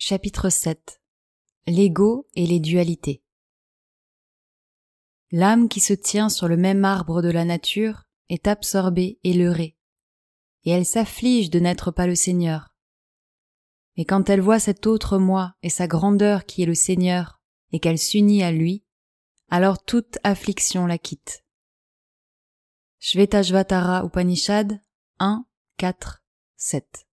Chapitre 7. L'ego et les dualités. L'âme qui se tient sur le même arbre de la nature est absorbée et leurrée, et elle s'afflige de n'être pas le Seigneur. Mais quand elle voit cet autre moi et sa grandeur qui est le Seigneur, et qu'elle s'unit à lui, alors toute affliction la quitte. Shvetashvatara Upanishad 1, 4, 7.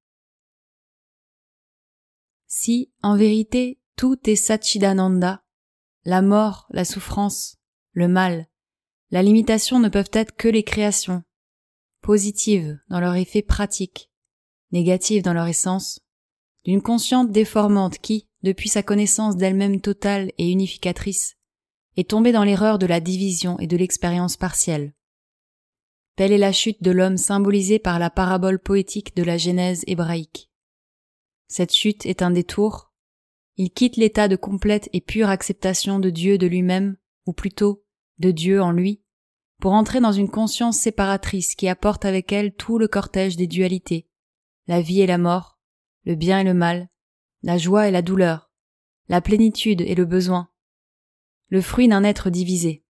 Si, en vérité, tout est Satchidananda, la mort, la souffrance, le mal, la limitation ne peuvent être que les créations, positives dans leur effet pratique, négatives dans leur essence, d'une conscience déformante qui, depuis sa connaissance d'elle-même totale et unificatrice, est tombée dans l'erreur de la division et de l'expérience partielle. Telle est la chute de l'homme symbolisée par la parabole poétique de la Genèse hébraïque. Cette chute est un détour. Il quitte l'état de complète et pure acceptation de Dieu de lui-même, ou plutôt de Dieu en lui, pour entrer dans une conscience séparatrice qui apporte avec elle tout le cortège des dualités, la vie et la mort, le bien et le mal, la joie et la douleur, la plénitude et le besoin, le fruit d'un être divisé.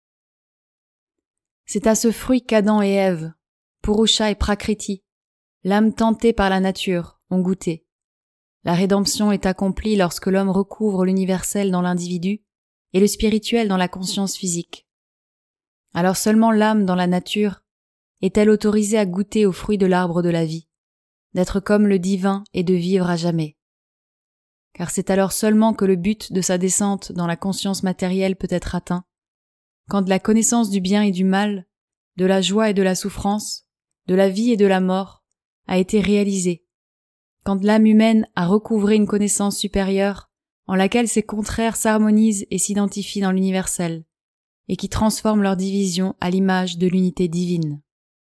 C'est à ce fruit qu'Adam et Ève, Purusha et Prakriti, l'âme tentée par la nature, ont goûté. La rédemption est accomplie lorsque l'homme recouvre l'universel dans l'individu et le spirituel dans la conscience physique. Alors seulement l'âme dans la nature est-elle autorisée à goûter au fruit de l'arbre de la vie, d'être comme le divin et de vivre à jamais. Car c'est alors seulement que le but de sa descente dans la conscience matérielle peut être atteint, quand la connaissance du bien et du mal, de la joie et de la souffrance, de la vie et de la mort a été réalisée, quand l'âme humaine a recouvré une connaissance supérieure en laquelle ses contraires s'harmonisent et s'identifient dans l'universel, et qui transforme leur division à l'image de l'unité divine.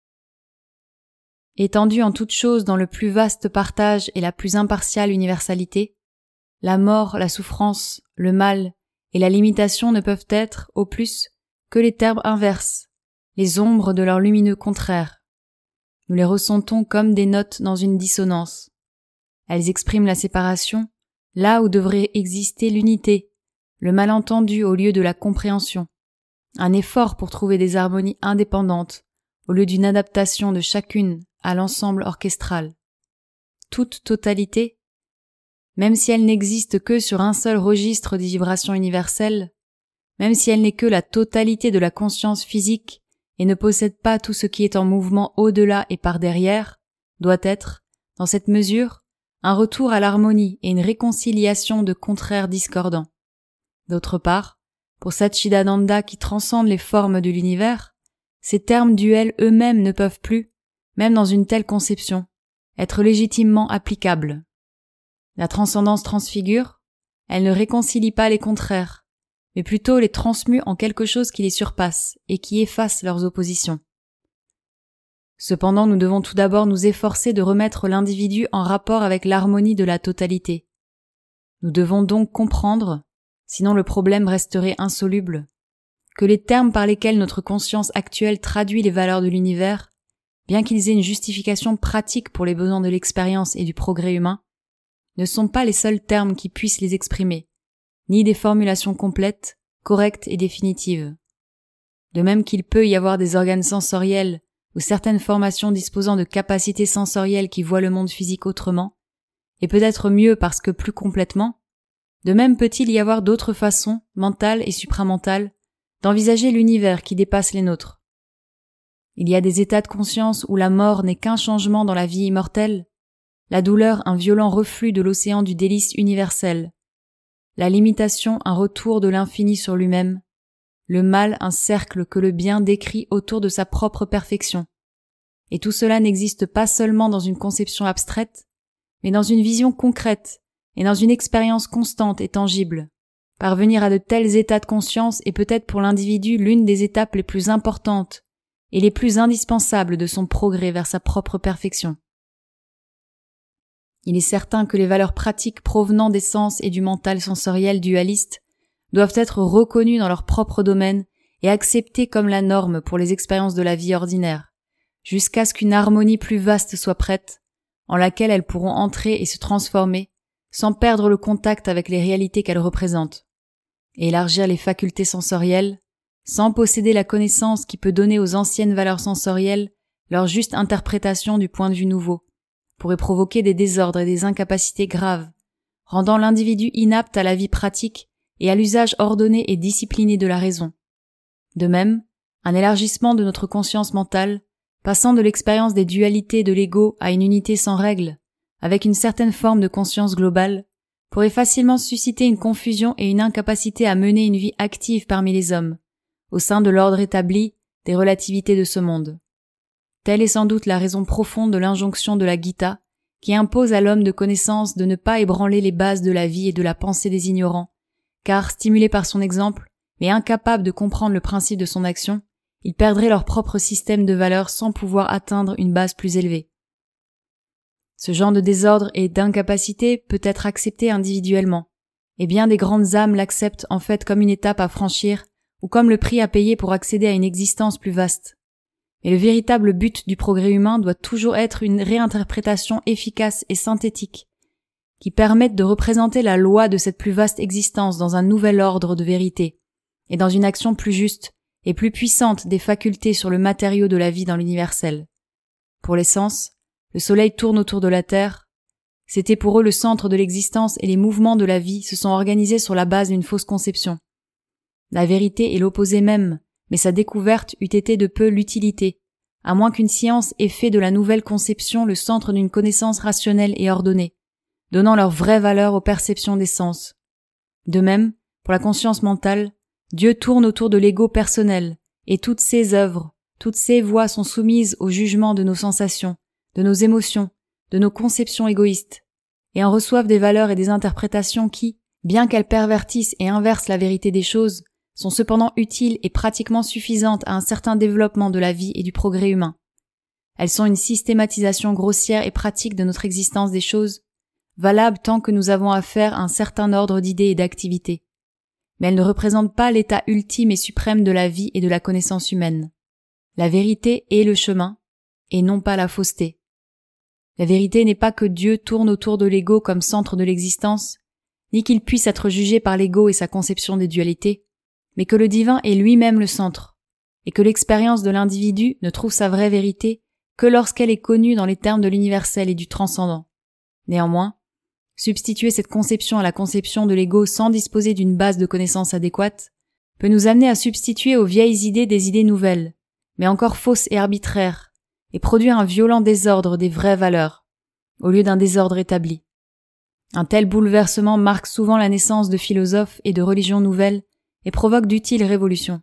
Étendue en toutes choses dans le plus vaste partage et la plus impartiale universalité, la mort, la souffrance, le mal et la limitation ne peuvent être, au plus, que les termes inverses, les ombres de leurs lumineux contraires. Nous les ressentons comme des notes dans une dissonance. Elles expriment la séparation, là où devrait exister l'unité, le malentendu au lieu de la compréhension, un effort pour trouver des harmonies indépendantes, au lieu d'une adaptation de chacune à l'ensemble orchestral. Toute totalité, même si elle n'existe que sur un seul registre des vibrations universelles, même si elle n'est que la totalité de la conscience physique et ne possède pas tout ce qui est en mouvement au-delà et par derrière, doit être, dans cette mesure, un retour à l'harmonie et une réconciliation de contraires discordants. D'autre part, pour Satchidananda qui transcende les formes de l'univers, ces termes duels eux-mêmes ne peuvent plus, même dans une telle conception, être légitimement applicables. La transcendance transfigure, elle ne réconcilie pas les contraires, mais plutôt les transmue en quelque chose qui les surpasse et qui efface leurs oppositions. Cependant, nous devons tout d'abord nous efforcer de remettre l'individu en rapport avec l'harmonie de la totalité. Nous devons donc comprendre, sinon le problème resterait insoluble, que les termes par lesquels notre conscience actuelle traduit les valeurs de l'univers, bien qu'ils aient une justification pratique pour les besoins de l'expérience et du progrès humain, ne sont pas les seuls termes qui puissent les exprimer, ni des formulations complètes, correctes et définitives. De même qu'il peut y avoir des organes sensoriels ou certaines formations disposant de capacités sensorielles qui voient le monde physique autrement, et peut-être mieux parce que plus complètement, de même peut-il y avoir d'autres façons, mentales et supramentales, d'envisager l'univers qui dépasse les nôtres. Il y a des états de conscience où la mort n'est qu'un changement dans la vie immortelle, la douleur un violent reflux de l'océan du délice universel, la limitation un retour de l'infini sur lui-même, le mal un cercle que le bien décrit autour de sa propre perfection. Et tout cela n'existe pas seulement dans une conception abstraite, mais dans une vision concrète et dans une expérience constante et tangible. Parvenir à de tels états de conscience est peut-être pour l'individu l'une des étapes les plus importantes et les plus indispensables de son progrès vers sa propre perfection. Il est certain que les valeurs pratiques provenant des sens et du mental sensoriel dualiste doivent être reconnues dans leur propre domaine et acceptées comme la norme pour les expériences de la vie ordinaire, jusqu'à ce qu'une harmonie plus vaste soit prête, en laquelle elles pourront entrer et se transformer, sans perdre le contact avec les réalités qu'elles représentent. Et élargir les facultés sensorielles, sans posséder la connaissance qui peut donner aux anciennes valeurs sensorielles leur juste interprétation du point de vue nouveau, pourrait provoquer des désordres et des incapacités graves, rendant l'individu inapte à la vie pratique et à l'usage ordonné et discipliné de la raison. De même, un élargissement de notre conscience mentale, passant de l'expérience des dualités de l'ego à une unité sans règles, avec une certaine forme de conscience globale, pourrait facilement susciter une confusion et une incapacité à mener une vie active parmi les hommes, au sein de l'ordre établi des relativités de ce monde. Telle est sans doute la raison profonde de l'injonction de la Gita, qui impose à l'homme de connaissance de ne pas ébranler les bases de la vie et de la pensée des ignorants, car, stimulés par son exemple, mais incapables de comprendre le principe de son action, ils perdraient leur propre système de valeurs sans pouvoir atteindre une base plus élevée. Ce genre de désordre et d'incapacité peut être accepté individuellement, et bien des grandes âmes l'acceptent en fait comme une étape à franchir ou comme le prix à payer pour accéder à une existence plus vaste. Mais le véritable but du progrès humain doit toujours être une réinterprétation efficace et synthétique, qui permette de représenter la loi de cette plus vaste existence dans un nouvel ordre de vérité, et dans une action plus juste et plus puissante des facultés sur le matériau de la vie dans l'universel. Pour les sens, le soleil tourne autour de la Terre. C'était pour eux le centre de l'existence et les mouvements de la vie se sont organisés sur la base d'une fausse conception. La vérité est l'opposé même, mais sa découverte eût été de peu l'utilité, à moins qu'une science ait fait de la nouvelle conception le centre d'une connaissance rationnelle et ordonnée, donnant leur vraie valeur aux perceptions des sens. De même, pour la conscience mentale, Dieu tourne autour de l'ego personnel, et toutes ses œuvres, toutes ses voies sont soumises au jugement de nos sensations, de nos émotions, de nos conceptions égoïstes, et en reçoivent des valeurs et des interprétations qui, bien qu'elles pervertissent et inversent la vérité des choses, sont cependant utiles et pratiquement suffisantes à un certain développement de la vie et du progrès humain. Elles sont une systématisation grossière et pratique de notre existence des choses, valable tant que nous avons affaire à un certain ordre d'idées et d'activités. Mais elles ne représentent pas l'état ultime et suprême de la vie et de la connaissance humaine. La vérité est le chemin, et non pas la fausseté. La vérité n'est pas que Dieu tourne autour de l'ego comme centre de l'existence, ni qu'il puisse être jugé par l'ego et sa conception des dualités, mais que le divin est lui-même le centre, et que l'expérience de l'individu ne trouve sa vraie vérité que lorsqu'elle est connue dans les termes de l'universel et du transcendant. Néanmoins, substituer cette conception à la conception de l'ego sans disposer d'une base de connaissances adéquate peut nous amener à substituer aux vieilles idées des idées nouvelles, mais encore fausses et arbitraires, et produire un violent désordre des vraies valeurs, au lieu d'un désordre établi. Un tel bouleversement marque souvent la naissance de philosophes et de religions nouvelles et provoque d'utiles révolutions.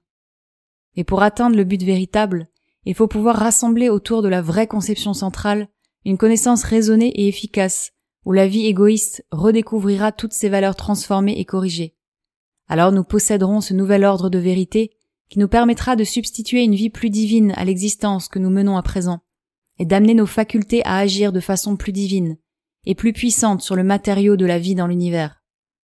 Et pour atteindre le but véritable, il faut pouvoir rassembler autour de la vraie conception centrale une connaissance raisonnée et efficace, où la vie égoïste redécouvrira toutes ses valeurs transformées et corrigées. Alors nous posséderons ce nouvel ordre de vérité qui nous permettra de substituer une vie plus divine à l'existence que nous menons à présent, et d'amener nos facultés à agir de façon plus divine et plus puissante sur le matériau de la vie dans l'univers.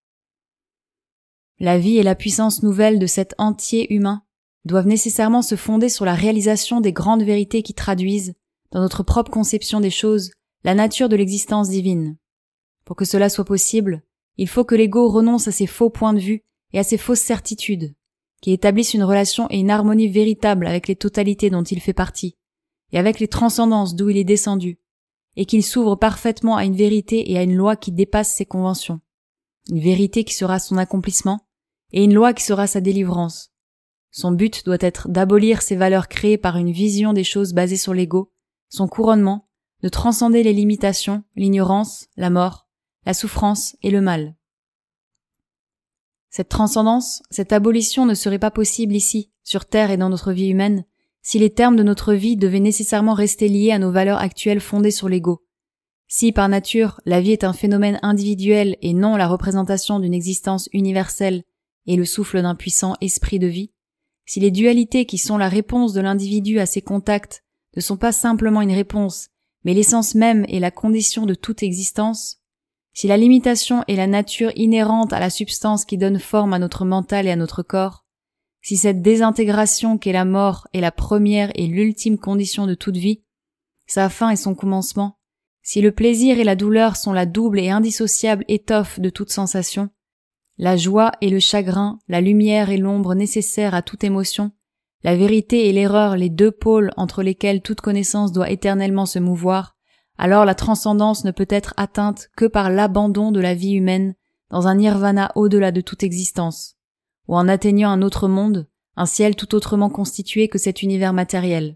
La vie et la puissance nouvelle de cet entier humain doivent nécessairement se fonder sur la réalisation des grandes vérités qui traduisent, dans notre propre conception des choses, la nature de l'existence divine. Pour que cela soit possible, il faut que l'ego renonce à ses faux points de vue et à ses fausses certitudes, qui établissent une relation et une harmonie véritable avec les totalités dont il fait partie, et avec les transcendances d'où il est descendu, et qu'il s'ouvre parfaitement à une vérité et à une loi qui dépasse ses conventions. Une vérité qui sera son accomplissement, et une loi qui sera sa délivrance. Son but doit être d'abolir ces valeurs créées par une vision des choses basée sur l'ego, son couronnement, de transcender les limitations, l'ignorance, la mort, la souffrance et le mal. Cette transcendance, cette abolition ne serait pas possible ici, sur Terre et dans notre vie humaine, si les termes de notre vie devaient nécessairement rester liés à nos valeurs actuelles fondées sur l'ego. Si, par nature, la vie est un phénomène individuel et non la représentation d'une existence universelle et le souffle d'un puissant esprit de vie, si les dualités qui sont la réponse de l'individu à ses contacts ne sont pas simplement une réponse, mais l'essence même et la condition de toute existence, si la limitation est la nature inhérente à la substance qui donne forme à notre mental et à notre corps, si cette désintégration qu'est la mort est la première et l'ultime condition de toute vie, sa fin et son commencement, Si le plaisir et la douleur sont la double et indissociable étoffe de toute sensation, la joie et le chagrin, la lumière et l'ombre nécessaires à toute émotion, la vérité et l'erreur les deux pôles entre lesquels toute connaissance doit éternellement se mouvoir, alors la transcendance ne peut être atteinte que par l'abandon de la vie humaine dans un nirvana au-delà de toute existence, ou en atteignant un autre monde, un ciel tout autrement constitué que cet univers matériel.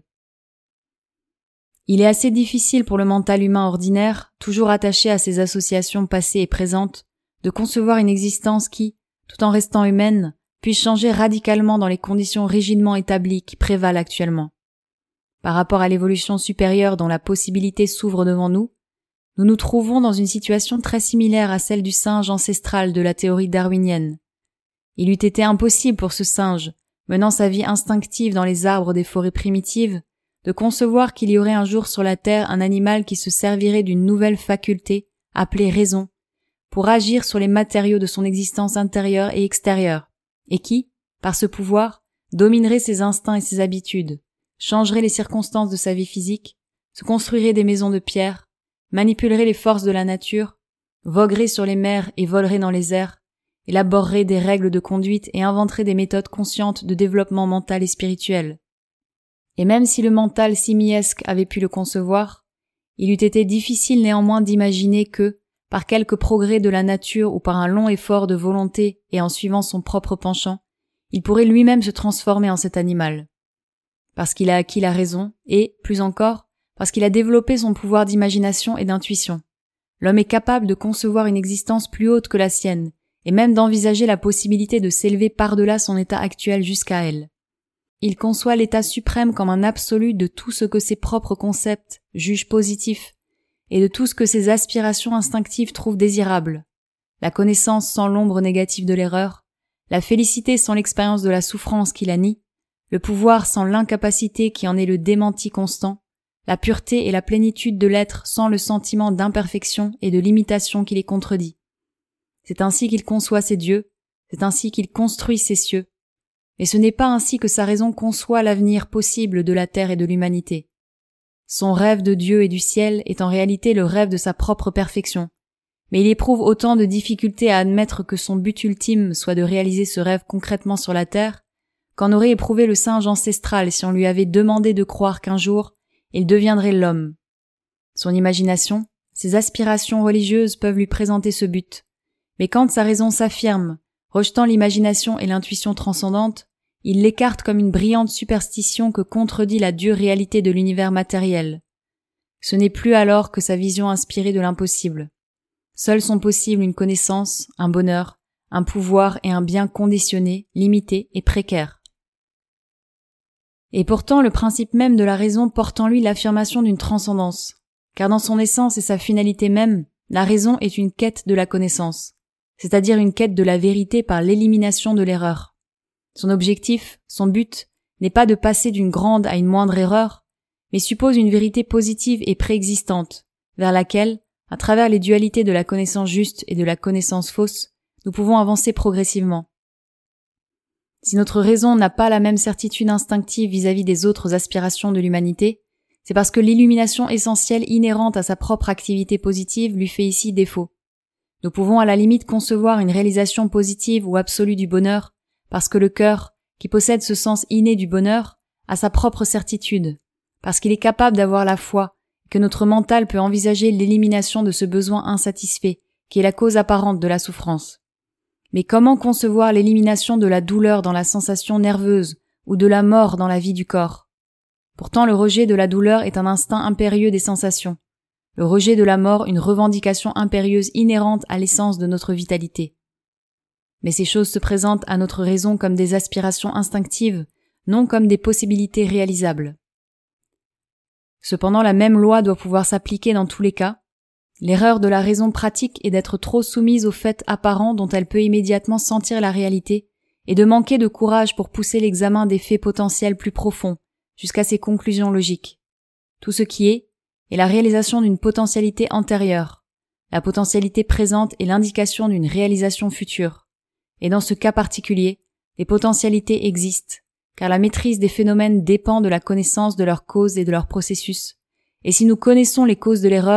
Il est assez difficile pour le mental humain ordinaire, toujours attaché à ses associations passées et présentes, de concevoir une existence qui, tout en restant humaine, puisse changer radicalement dans les conditions rigidement établies qui prévalent actuellement. Par rapport à l'évolution supérieure dont la possibilité s'ouvre devant nous, nous nous trouvons dans une situation très similaire à celle du singe ancestral de la théorie darwinienne. Il eût été impossible pour ce singe, menant sa vie instinctive dans les arbres des forêts primitives, de concevoir qu'il y aurait un jour sur la terre un animal qui se servirait d'une nouvelle faculté, appelée raison, pour agir sur les matériaux de son existence intérieure et extérieure, et qui, par ce pouvoir, dominerait ses instincts et ses habitudes, changerait les circonstances de sa vie physique, se construirait des maisons de pierre, manipulerait les forces de la nature, voguerait sur les mers et volerait dans les airs, élaborerait des règles de conduite et inventerait des méthodes conscientes de développement mental et spirituel. Et même si le mental simiesque avait pu le concevoir, il eût été difficile néanmoins d'imaginer que, par quelque progrès de la nature ou par un long effort de volonté et en suivant son propre penchant, il pourrait lui-même se transformer en cet animal. Parce qu'il a acquis la raison et, plus encore, parce qu'il a développé son pouvoir d'imagination et d'intuition. L'homme est capable de concevoir une existence plus haute que la sienne, et même d'envisager la possibilité de s'élever par-delà son état actuel jusqu'à elle. Il conçoit l'état suprême comme un absolu de tout ce que ses propres concepts jugent positif, et de tout ce que ses aspirations instinctives trouvent désirable. La connaissance sans l'ombre négative de l'erreur, la félicité sans l'expérience de la souffrance qui la nie, le pouvoir sans l'incapacité qui en est le démenti constant, la pureté et la plénitude de l'être sans le sentiment d'imperfection et de limitation qui les contredit. C'est ainsi qu'il conçoit ses dieux, c'est ainsi qu'il construit ses cieux. Mais ce n'est pas ainsi que sa raison conçoit l'avenir possible de la terre et de l'humanité. Son rêve de Dieu et du ciel est en réalité le rêve de sa propre perfection, mais il éprouve autant de difficultés à admettre que son but ultime soit de réaliser ce rêve concrètement sur la terre, qu'en aurait éprouvé le singe ancestral si on lui avait demandé de croire qu'un jour, il deviendrait l'homme. Son imagination, ses aspirations religieuses peuvent lui présenter ce but, mais quand sa raison s'affirme, rejetant l'imagination et l'intuition transcendante, il l'écarte comme une brillante superstition que contredit la dure réalité de l'univers matériel. Ce n'est plus alors que sa vision inspirée de l'impossible. Seuls sont possibles une connaissance, un bonheur, un pouvoir et un bien conditionnés, limités et précaires. Et pourtant, le principe même de la raison porte en lui l'affirmation d'une transcendance, car dans son essence et sa finalité même, la raison est une quête de la connaissance, c'est-à-dire une quête de la vérité par l'élimination de l'erreur. Son objectif, son but, n'est pas de passer d'une grande à une moindre erreur, mais suppose une vérité positive et préexistante, vers laquelle, à travers les dualités de la connaissance juste et de la connaissance fausse, nous pouvons avancer progressivement. Si notre raison n'a pas la même certitude instinctive vis-à-vis des autres aspirations de l'humanité, c'est parce que l'illumination essentielle inhérente à sa propre activité positive lui fait ici défaut. Nous pouvons à la limite concevoir une réalisation positive ou absolue du bonheur, parce que le cœur, qui possède ce sens inné du bonheur, a sa propre certitude, parce qu'il est capable d'avoir la foi, que notre mental peut envisager l'élimination de ce besoin insatisfait, qui est la cause apparente de la souffrance. Mais comment concevoir l'élimination de la douleur dans la sensation nerveuse ou de la mort dans la vie du corps? Pourtant, le rejet de la douleur est un instinct impérieux des sensations. Le rejet de la mort, une revendication impérieuse inhérente à l'essence de notre vitalité. Mais ces choses se présentent à notre raison comme des aspirations instinctives, non comme des possibilités réalisables. Cependant, la même loi doit pouvoir s'appliquer dans tous les cas. L'erreur de la raison pratique est d'être trop soumise aux faits apparents dont elle peut immédiatement sentir la réalité et de manquer de courage pour pousser l'examen des faits potentiels plus profonds, jusqu'à ses conclusions logiques. Tout ce qui est la réalisation d'une potentialité antérieure. La potentialité présente est l'indication d'une réalisation future. Et dans ce cas particulier, les potentialités existent, car la maîtrise des phénomènes dépend de la connaissance de leurs causes et de leurs processus. Et si nous connaissons les causes de l'erreur,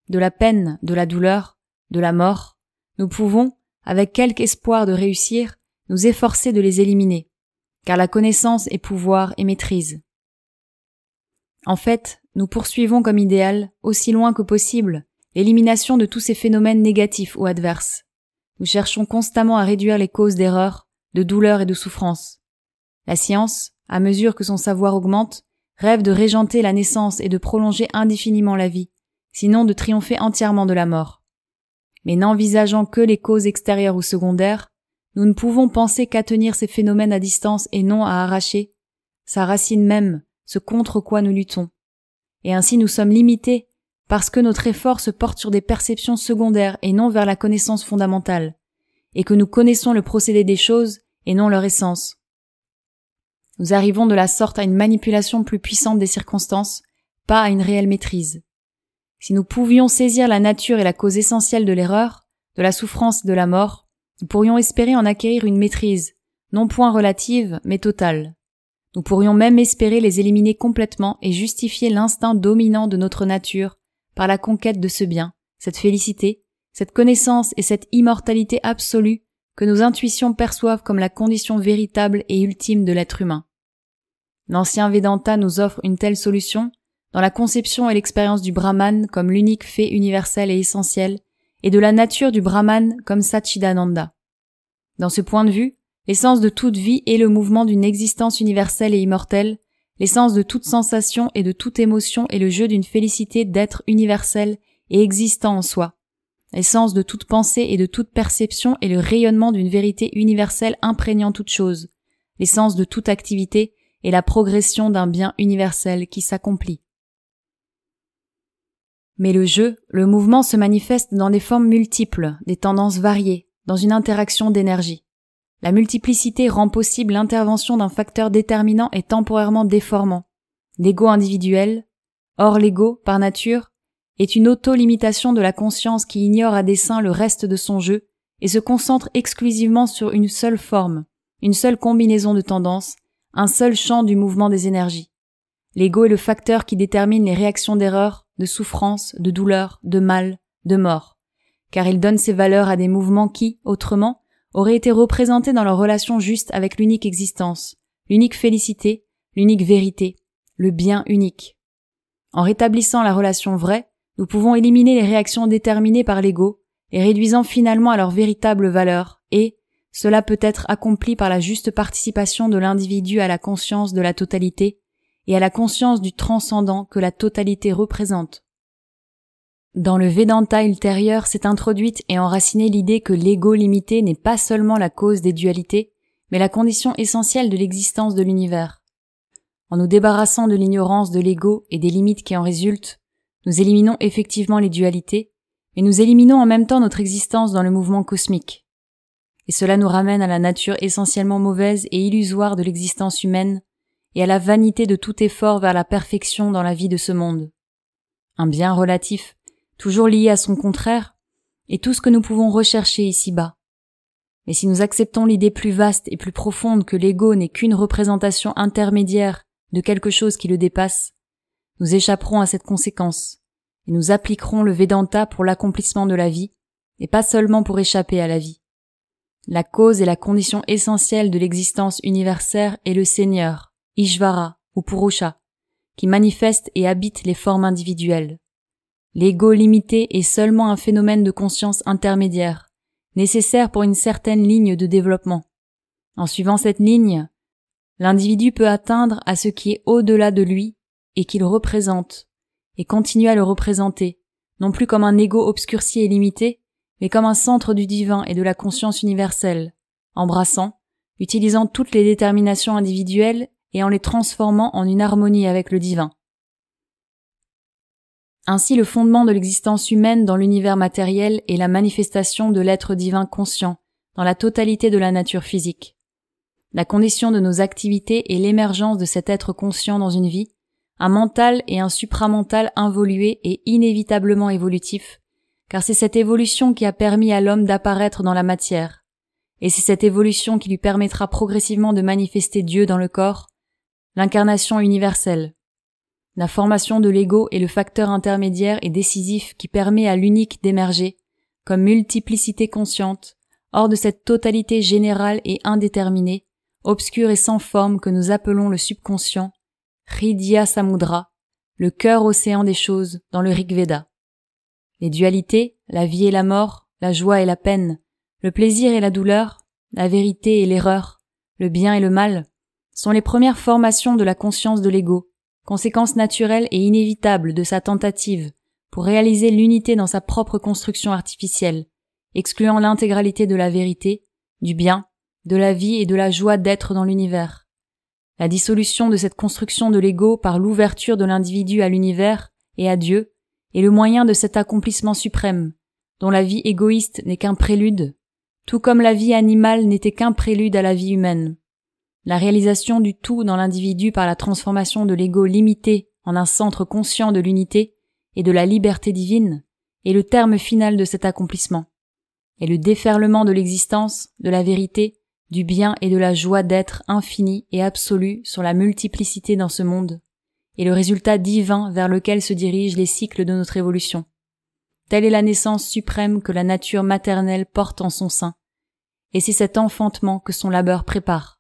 de la peine, de la douleur, de la mort, nous pouvons, avec quelque espoir de réussir, nous efforcer de les éliminer, car la connaissance est pouvoir et maîtrise. En fait, nous poursuivons comme idéal, aussi loin que possible, l'élimination de tous ces phénomènes négatifs ou adverses. Nous cherchons constamment à réduire les causes d'erreurs, de douleur et de souffrance. La science, à mesure que son savoir augmente, rêve de régenter la naissance et de prolonger indéfiniment la vie, sinon de triompher entièrement de la mort. Mais n'envisageant que les causes extérieures ou secondaires, nous ne pouvons penser qu'à tenir ces phénomènes à distance et non à arracher sa racine même, ce contre quoi nous luttons. Et ainsi nous sommes limités parce que notre effort se porte sur des perceptions secondaires et non vers la connaissance fondamentale, et que nous connaissons le procédé des choses et non leur essence. Nous arrivons de la sorte à une manipulation plus puissante des circonstances, pas à une réelle maîtrise. Si nous pouvions saisir la nature et la cause essentielle de l'erreur, de la souffrance et de la mort, nous pourrions espérer en acquérir une maîtrise, non point relative, mais totale. Nous pourrions même espérer les éliminer complètement et justifier l'instinct dominant de notre nature par la conquête de ce bien, cette félicité, cette connaissance et cette immortalité absolue que nos intuitions perçoivent comme la condition véritable et ultime de l'être humain. L'ancien Vedanta nous offre une telle solution dans la conception et l'expérience du Brahman comme l'unique fait universel et essentiel, et de la nature du Brahman comme Satchidananda. Dans ce point de vue, l'essence de toute vie est le mouvement d'une existence universelle et immortelle, l'essence de toute sensation et de toute émotion est le jeu d'une félicité d'être universel et existant en soi. L'essence de toute pensée et de toute perception est le rayonnement d'une vérité universelle imprégnant toute chose. L'essence de toute activité est la progression d'un bien universel qui s'accomplit. Mais le jeu, le mouvement se manifeste dans des formes multiples, des tendances variées, dans une interaction d'énergie. La multiplicité rend possible l'intervention d'un facteur déterminant et temporairement déformant. L'ego individuel, or l'ego, par nature, est une auto-limitation de la conscience qui ignore à dessein le reste de son jeu et se concentre exclusivement sur une seule forme, une seule combinaison de tendances, un seul champ du mouvement des énergies. L'ego est le facteur qui détermine les réactions d'erreur, de souffrance, de douleur, de mal, de mort, car il donne ses valeurs à des mouvements qui, autrement, auraient été représentés dans leur relation juste avec l'unique existence, l'unique félicité, l'unique vérité, le bien unique. En rétablissant la relation vraie, nous pouvons éliminer les réactions déterminées par l'ego, les réduisant finalement à leur véritable valeur, et cela peut être accompli par la juste participation de l'individu à la conscience de la totalité et à la conscience du transcendant que la totalité représente. Dans le Vedanta ultérieur s'est introduite et enracinée l'idée que l'ego limité n'est pas seulement la cause des dualités, mais la condition essentielle de l'existence de l'univers. En nous débarrassant de l'ignorance de l'ego et des limites qui en résultent, nous éliminons effectivement les dualités, mais nous éliminons en même temps notre existence dans le mouvement cosmique. Et cela nous ramène à la nature essentiellement mauvaise et illusoire de l'existence humaine et à la vanité de tout effort vers la perfection dans la vie de ce monde. Un bien relatif, toujours lié à son contraire, est tout ce que nous pouvons rechercher ici-bas. Mais si nous acceptons l'idée plus vaste et plus profonde que l'ego n'est qu'une représentation intermédiaire de quelque chose qui le dépasse, nous échapperons à cette conséquence et nous appliquerons le Vedanta pour l'accomplissement de la vie et pas seulement pour échapper à la vie. La cause et la condition essentielle de l'existence universaire est le Seigneur, Ishvara ou Purusha, qui manifeste et habite les formes individuelles. L'ego limité est seulement un phénomène de conscience intermédiaire, nécessaire pour une certaine ligne de développement. En suivant cette ligne, l'individu peut atteindre à ce qui est au-delà de lui et qu'il représente, et continuer à le représenter, non plus comme un ego obscurci et limité, mais comme un centre du divin et de la conscience universelle, embrassant, utilisant toutes les déterminations individuelles et en les transformant en une harmonie avec le divin. Ainsi, le fondement de l'existence humaine dans l'univers matériel est la manifestation de l'être divin conscient dans la totalité de la nature physique. La condition de nos activités est l'émergence de cet être conscient dans une vie, un mental et un supramental involué et inévitablement évolutif, car c'est cette évolution qui a permis à l'homme d'apparaître dans la matière, et c'est cette évolution qui lui permettra progressivement de manifester Dieu dans le corps, l'incarnation universelle. La formation de l'ego est le facteur intermédiaire et décisif qui permet à l'unique d'émerger, comme multiplicité consciente, hors de cette totalité générale et indéterminée, obscure et sans forme que nous appelons le subconscient, Hridaya Samudra, le cœur océan des choses dans le Rig Veda. Les dualités, la vie et la mort, la joie et la peine, le plaisir et la douleur, la vérité et l'erreur, le bien et le mal, sont les premières formations de la conscience de l'ego, conséquence naturelle et inévitable de sa tentative pour réaliser l'unité dans sa propre construction artificielle, excluant l'intégralité de la vérité, du bien, de la vie et de la joie d'être dans l'univers. La dissolution de cette construction de l'ego par l'ouverture de l'individu à l'univers et à Dieu est le moyen de cet accomplissement suprême, dont la vie égoïste n'est qu'un prélude, tout comme la vie animale n'était qu'un prélude à la vie humaine. La réalisation du tout dans l'individu par la transformation de l'ego limité en un centre conscient de l'unité et de la liberté divine est le terme final de cet accomplissement, et le déferlement de l'existence, de la vérité, du bien et de la joie d'être infini et absolu sur la multiplicité dans ce monde, et le résultat divin vers lequel se dirigent les cycles de notre évolution. Telle est la naissance suprême que la nature maternelle porte en son sein, et c'est cet enfantement que son labeur prépare.